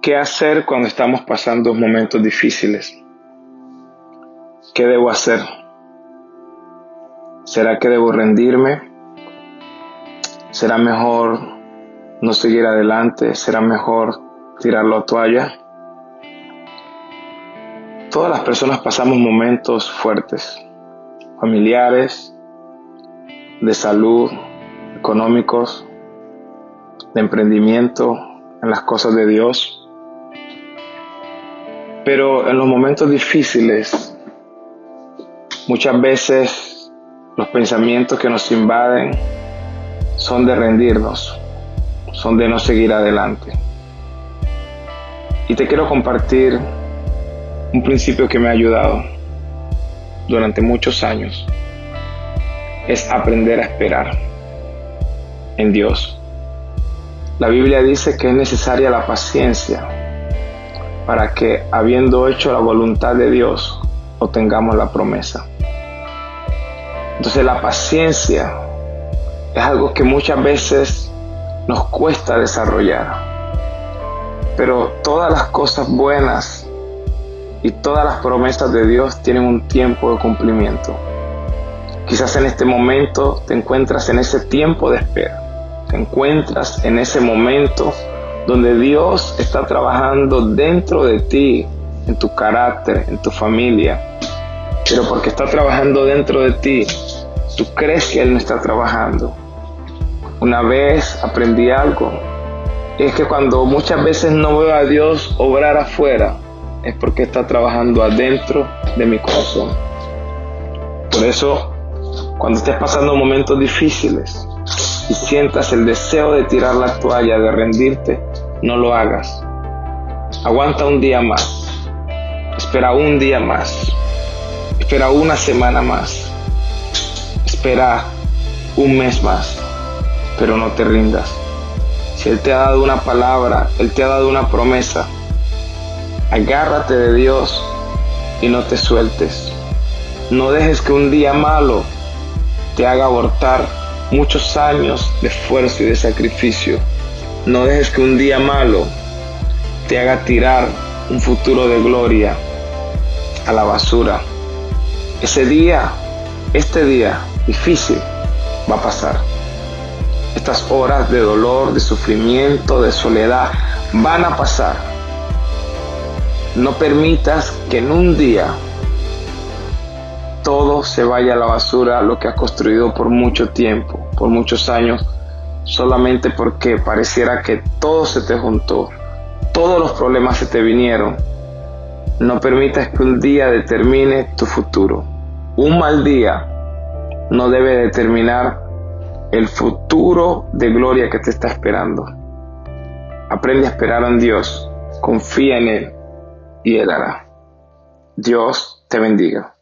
¿Qué hacer cuando estamos pasando momentos difíciles? ¿Qué debo hacer? ¿Será que debo rendirme? ¿Será mejor no seguir adelante? ¿Será mejor tirar la toalla? Todas las personas pasamos momentos fuertes, familiares, de salud, económicos, de emprendimiento, en las cosas de Dios. Pero en los momentos difíciles, muchas veces los pensamientos que nos invaden son de rendirnos, son de no seguir adelante. Y te quiero compartir un principio que me ha ayudado durante muchos años. Es aprender a esperar en Dios. La Biblia dice que es necesaria la paciencia para que, habiendo hecho la voluntad de Dios, obtengamos la promesa. Entonces la paciencia es algo que muchas veces nos cuesta desarrollar, pero todas las cosas buenas y todas las promesas de Dios tienen un tiempo de cumplimiento. Quizás en este momento te encuentras en ese tiempo de espera, te encuentras en ese momento donde Dios está trabajando dentro de ti, en tu carácter, en tu familia. Pero porque está trabajando dentro de ti, tú crees que Él no está trabajando. Una vez aprendí algo, es que cuando muchas veces no veo a Dios obrar afuera, es porque está trabajando adentro de mi corazón. Por eso, cuando estés pasando momentos difíciles y sientas el deseo de tirar la toalla, de rendirte, no lo hagas. Aguanta un día más. Espera un día más. Espera una semana más. Espera un mes más. Pero no te rindas. Si Él te ha dado una palabra, Él te ha dado una promesa, agárrate de Dios y no te sueltes. No dejes que un día malo te haga abortar muchos años de esfuerzo y de sacrificio. No dejes que un día malo te haga tirar un futuro de gloria a la basura. Este día difícil va a pasar. Estas horas de dolor, de sufrimiento, de soledad van a pasar. No permitas que en un día todo se vaya a la basura, lo que has construido por mucho tiempo, por muchos años, solamente porque pareciera que todo se te juntó, todos los problemas se te vinieron. No permitas que un día determine tu futuro. Un mal día no debe determinar el futuro de gloria que te está esperando. Aprende a esperar en Dios, confía en Él y Él hará. Dios te bendiga.